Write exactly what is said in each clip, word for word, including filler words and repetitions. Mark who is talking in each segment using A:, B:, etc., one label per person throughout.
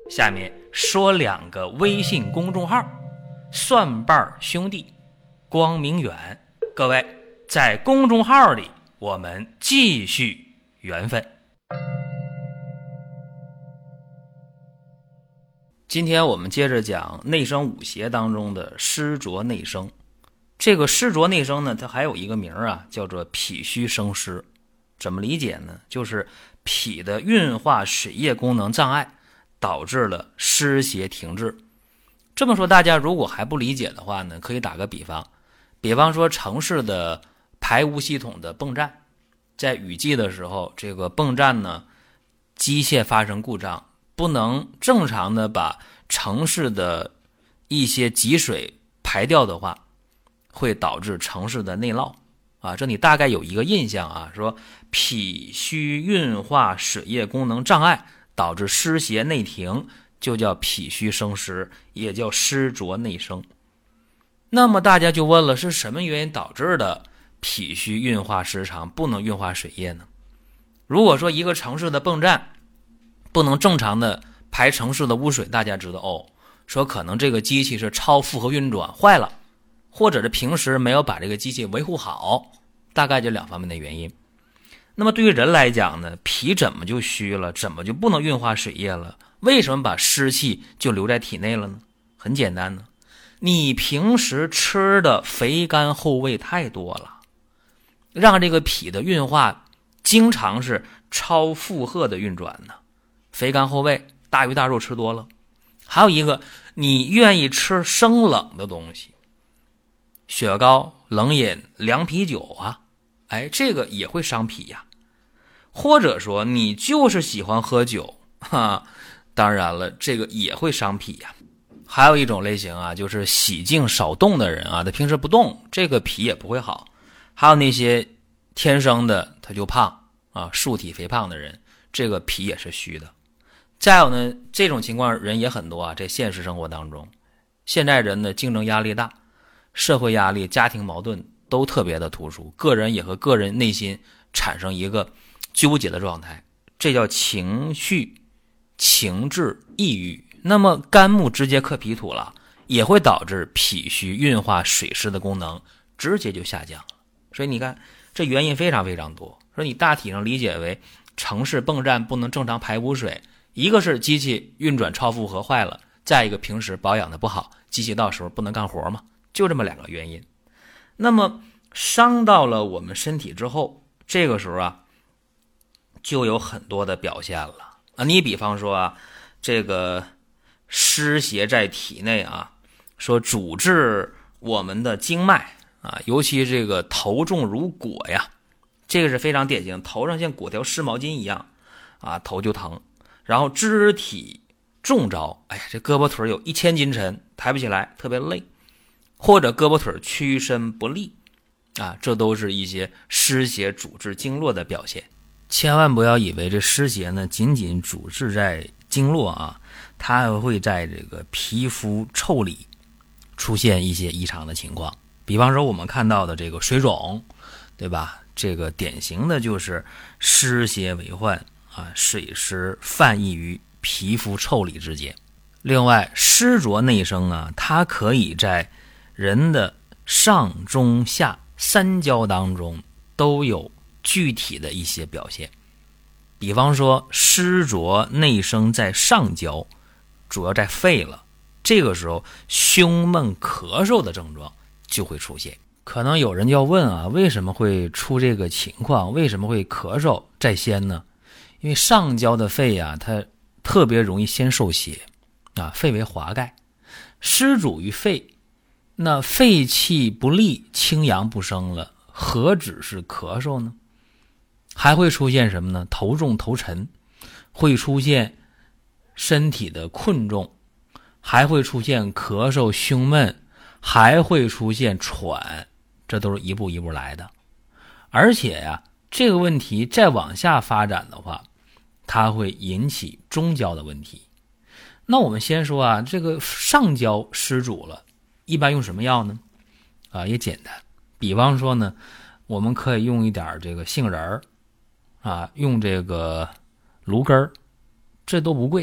A: 下面说两个微信公众号，蒜瓣兄弟、光明远。各位在公众号里，我们继续缘分。今天我们接着讲内生五邪当中的湿浊内生。这个湿浊内生呢，它还有一个名啊，叫做脾虚生湿。怎么理解呢？就是脾的运化水液功能障碍，导致了湿邪停滞。这么说大家如果还不理解的话呢，可以打个比方，比方说城市的排污系统的泵站，在雨季的时候，这个泵站呢机械发生故障，不能正常的把城市的一些积水排掉的话，会导致城市的内涝啊。这你大概有一个印象啊，说脾虚运化水液功能障碍导致湿邪内停，就叫脾虚生湿，也叫湿浊内生。那么大家就问了，是什么原因导致的脾虚运化失常，不能运化水液呢？如果说一个城市的泵站不能正常的排城市的污水，大家知道哦，说可能这个机器是超负荷运转坏了，或者是平时没有把这个机器维护好，大概就两方面的原因。那么对于人来讲呢，脾怎么就虚了，怎么就不能运化水液了？为什么把湿气就留在体内了呢？很简单呢，你平时吃的肥甘厚味太多了，让这个脾的运化经常是超负荷的运转呢。肥甘厚味，大鱼大肉吃多了。还有一个，你愿意吃生冷的东西，雪糕、冷饮、凉啤酒啊，哎，这个也会伤脾呀。或者说你就是喜欢喝酒哈，当然了，这个也会伤脾呀。还有一种类型啊，就是喜静少动的人啊，他平时不动，这个脾也不会好。还有那些天生的他就胖啊，树体肥胖的人，这个脾也是虚的。再有呢，这种情况人也很多啊，在现实生活当中，现在人的竞争压力大，社会压力、家庭矛盾都特别的突出，个人也和个人内心产生一个纠结的状态，这叫情绪、情志、抑郁。那么肝木直接克脾土了，也会导致脾虚运化水湿的功能直接就下降了。所以你看，这原因非常非常多。说你大体上理解为城市泵站不能正常排污水，一个是机器运转超负荷坏了，再一个平时保养的不好，机器到时候不能干活嘛，就这么两个原因。那么伤到了我们身体之后，这个时候啊，就有很多的表现了啊。你比方说啊，这个湿邪在体内啊，说阻滞我们的经脉啊，尤其这个头重如裹呀，这个是非常典型，头上像裹条湿毛巾一样啊，头就疼。然后肢体重着，哎呀，这胳膊腿有一千斤沉，抬不起来，特别累，或者胳膊腿屈伸不利啊，这都是一些湿邪阻滞经络的表现。千万不要以为这湿邪呢仅仅阻滞在经络啊，它还会在这个皮肤腠理出现一些异常的情况。比方说我们看到的这个水肿，对吧？这个典型的就是湿邪为患啊，水湿泛溢于皮肤腠理之间。另外，湿浊内生啊，它可以在人的上中下三焦当中都有具体的一些表现。比方说湿浊内生在上焦，主要在肺了，这个时候胸闷咳嗽的症状就会出现。可能有人要问啊，为什么会出这个情况？为什么会咳嗽在先呢？因为上焦的肺啊，它特别容易先受邪啊，肺为华盖，湿阻于肺，那肺气不利，清阳不生了，何止是咳嗽呢？还会出现什么呢？头重头沉，会出现身体的困重，还会出现咳嗽胸闷，还会出现喘，这都是一步一步来的。而且呀、啊，这个问题再往下发展的话，它会引起中焦的问题。那我们先说啊，这个上焦湿阻了，一般用什么药呢？啊，也简单，比方说呢，我们可以用一点这个杏仁儿啊，用这个芦根儿，这都不贵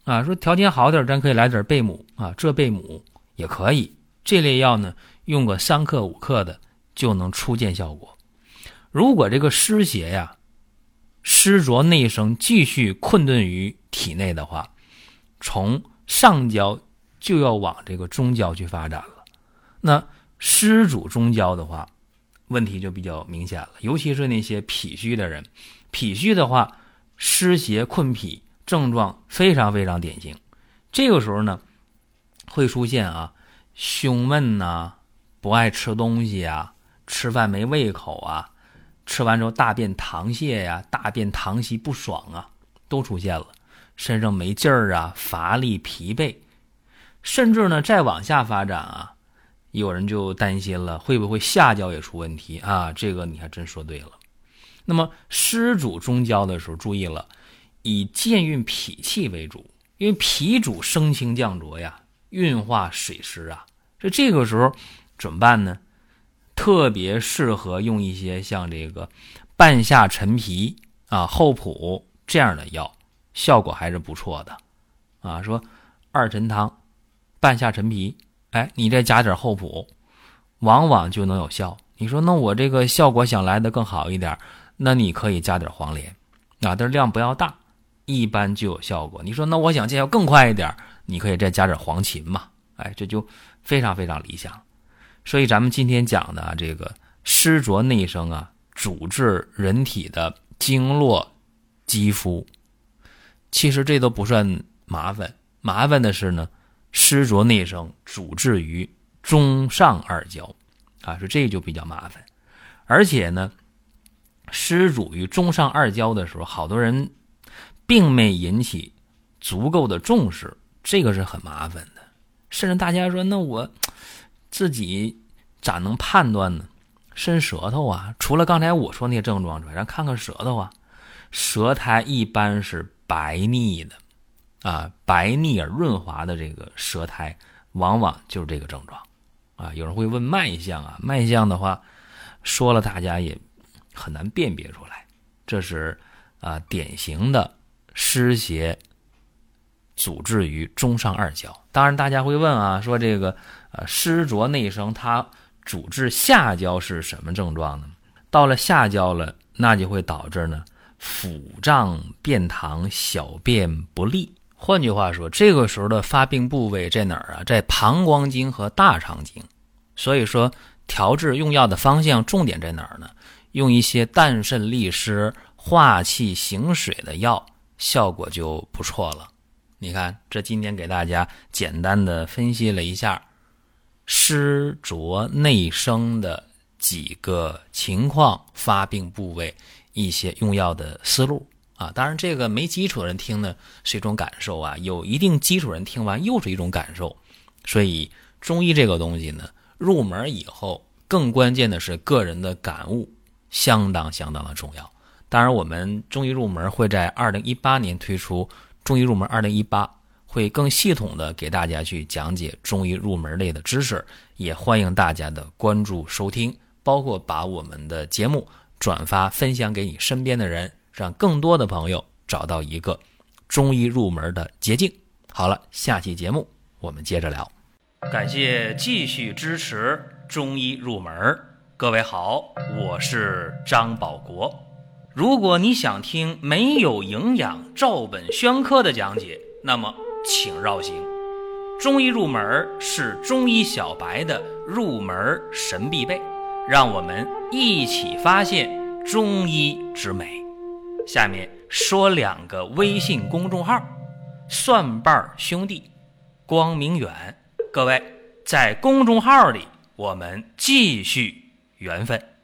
A: 啊，说条件好点咱可以来点贝母啊，这贝母也可以。这类药呢，用个三克五克的就能初见效果。如果这个湿邪呀，湿浊内生继续困顿于体内的话，从上焦就要往这个中焦去发展了。那湿主中焦的话，问题就比较明显了，尤其是那些脾虚的人，脾虚的话，湿邪困脾症状非常非常典型。这个时候呢，会出现啊胸闷呐、不爱吃东西啊、吃饭没胃口啊、吃完之后大便溏泻呀、大便溏稀不爽啊，都出现了。身上没劲儿啊、乏力疲惫，甚至呢再往下发展啊，有人就担心了，会不会下焦也出问题啊？这个你还真说对了。那么湿主中焦的时候，注意了，以健运脾气为主，因为脾主升清降浊呀，运化水湿啊。这这个时候怎么办呢？特别适合用一些像这个半夏陈皮啊、厚朴这样的药，效果还是不错的啊。说二陈汤、半夏陈皮，哎，你再加点厚朴，往往就能有效。你说那我这个效果想来的更好一点，那你可以加点黄连啊，但是量不要大，一般就有效果。你说那我想见效更快一点，你可以再加点黄芩嘛，哎，这就非常非常理想。所以咱们今天讲的、啊、这个湿浊内生啊，主治人体的经络肌肤，其实这都不算麻烦，麻烦的是呢，湿浊内生主治于中上二焦啊，说这就比较麻烦。而且呢，湿主于中上二焦的时候，好多人并没引起足够的重视，这个是很麻烦的。甚至大家说，那我自己咋能判断呢？伸舌头啊，除了刚才我说那些症状之外，咱看看舌头啊，舌苔一般是白腻的啊，白腻而润滑的这个舌苔，往往就是这个症状啊。有人会问脉象啊，脉象的话说了大家也很难辨别出来，这是啊典型的湿邪阻滞于中上二焦。当然大家会问啊，说这个呃湿浊内生它主治下焦是什么症状呢？到了下焦了，那就会导致呢腹胀便溏、小便不利。换句话说，这个时候的发病部位在哪儿啊？在膀胱经和大肠经。所以说调治用药的方向重点在哪儿呢？用一些淡渗利湿、化气行水的药，效果就不错了。你看，这今天给大家简单的分析了一下湿浊内生的几个情况、发病部位、一些用药的思路啊。当然这个没基础的人听呢是一种感受啊，有一定基础人听完又是一种感受。所以中医这个东西呢，入门以后更关键的是个人的感悟，相当相当的重要。当然我们中医入门会在二零一八年推出中医入门二零一八，会更系统的给大家去讲解中医入门类的知识，也欢迎大家的关注收听，包括把我们的节目转发分享给你身边的人，让更多的朋友找到一个中医入门的捷径。好了，下期节目我们接着聊。感谢继续支持中医入门。各位好，我是张保国。如果你想听没有营养照本宣科的讲解，那么请绕行。中医入门是中医小白的入门神必备，让我们一起发现中医之美。下面说两个微信公众号：蒜瓣兄弟、光明远。各位在公众号里，我们继续缘分。